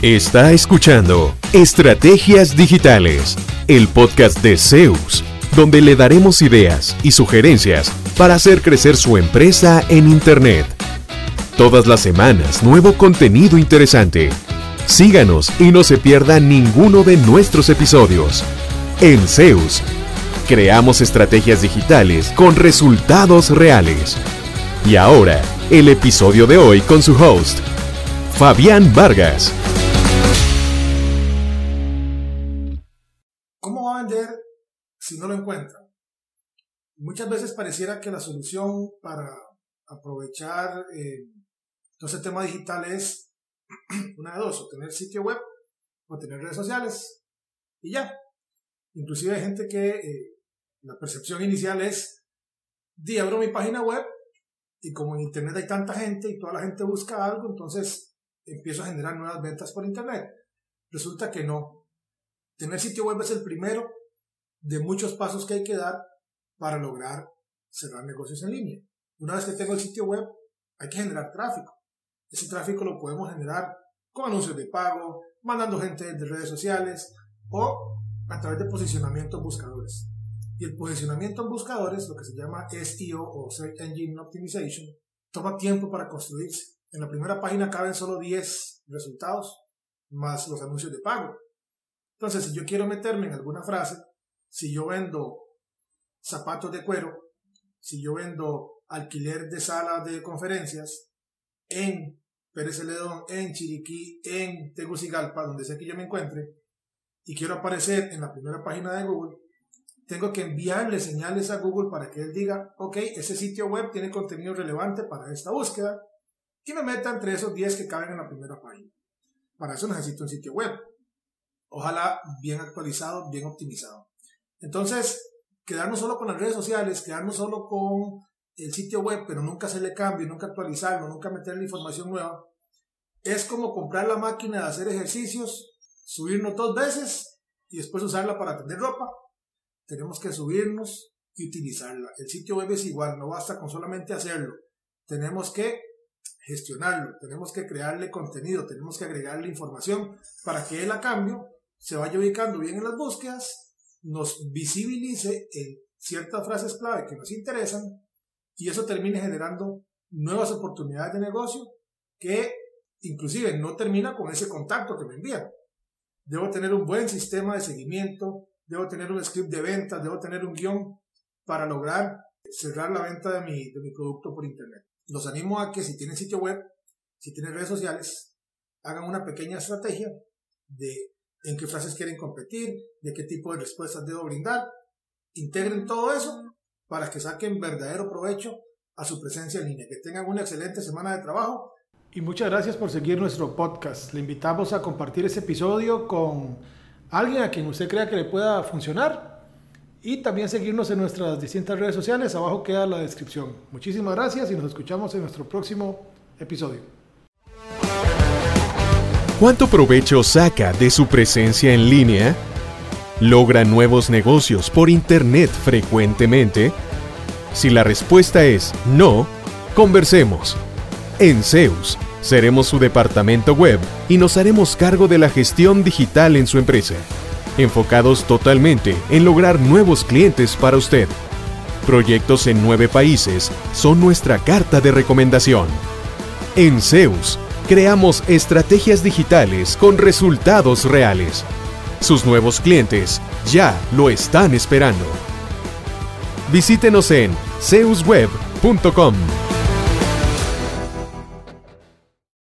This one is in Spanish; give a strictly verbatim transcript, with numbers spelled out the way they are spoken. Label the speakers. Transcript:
Speaker 1: Está escuchando Estrategias Digitales, el podcast de Zeus, donde le daremos ideas y sugerencias para hacer crecer su empresa en Internet. Todas las semanas, nuevo contenido interesante. Síganos y no se pierda ninguno de nuestros episodios. En Zeus, creamos estrategias digitales con resultados reales. Y ahora, el episodio de hoy con su host, Fabián Vargas.
Speaker 2: ¿Cómo va a vender si no lo encuentra? Muchas veces pareciera que la solución para aprovechar eh, todo ese tema digital es una de dos, o tener sitio web o tener redes sociales y ya. Inclusive hay gente que eh, la percepción inicial es, di, abro mi página web y como en internet hay tanta gente y toda la gente busca algo, entonces empiezo a generar nuevas ventas por internet. Resulta que no. Tener sitio web es el primero de muchos pasos que hay que dar para lograr cerrar negocios en línea. Una vez que tengo el sitio web, hay que generar tráfico. Ese tráfico lo podemos generar con anuncios de pago, mandando gente de redes sociales o a través de posicionamiento en buscadores. Y el posicionamiento en buscadores, lo que se llama S E O o Search Engine Optimization, toma tiempo para construirse. En la primera página caben solo diez resultados, más los anuncios de pago. Entonces, si yo quiero meterme en alguna frase, si yo vendo zapatos de cuero, si yo vendo alquiler de salas de conferencias en Pérez Celedón, en Chiriquí, en Tegucigalpa, donde sea que yo me encuentre, y quiero aparecer en la primera página de Google, tengo que enviarle señales a Google para que él diga, ok, ese sitio web tiene contenido relevante para esta búsqueda, y me meta entre esos diez que caben en la primera página. Para eso necesito un sitio web. Ojalá bien actualizado, bien optimizado. Entonces, quedarnos solo con las redes sociales, quedarnos solo con el sitio web, pero nunca hacerle cambio, nunca actualizarlo, nunca meterle información nueva, es como comprar la máquina de hacer ejercicios, subirnos dos veces y después usarla para tender ropa. Tenemos que subirnos y utilizarla. El sitio web es igual, no basta con solamente hacerlo. Tenemos que gestionarlo, tenemos que crearle contenido, tenemos que agregarle información para que él a cambio se vaya ubicando bien en las búsquedas, nos visibilice en ciertas frases clave que nos interesan y eso termine generando nuevas oportunidades de negocio que inclusive no termina con ese contacto que me envían. Debo tener un buen sistema de seguimiento, debo tener un script de ventas, debo tener un guión para lograr cerrar la venta de mi, de mi producto por internet. Los animo a que si tienen sitio web, si tienen redes sociales, hagan una pequeña estrategia de en qué frases quieren competir, de qué tipo de respuestas debo brindar. Integren todo eso para que saquen verdadero provecho a su presencia en línea. Que tengan una excelente semana de trabajo. Y muchas gracias por seguir nuestro podcast. Le invitamos a compartir este episodio con alguien a quien usted crea que le pueda funcionar y también seguirnos en nuestras distintas redes sociales. Abajo queda la descripción. Muchísimas gracias y nos escuchamos en nuestro próximo episodio.
Speaker 1: ¿Cuánto provecho saca de su presencia en línea? ¿Logra nuevos negocios por internet frecuentemente? Si la respuesta es no, conversemos. En Zeus, seremos su departamento web y nos haremos cargo de la gestión digital en su empresa, enfocados totalmente en lograr nuevos clientes para usted. Proyectos en nueve países son nuestra carta de recomendación. En Zeus, creamos estrategias digitales con resultados reales. Sus nuevos clientes ya lo están esperando. Visítenos en zeus web punto com.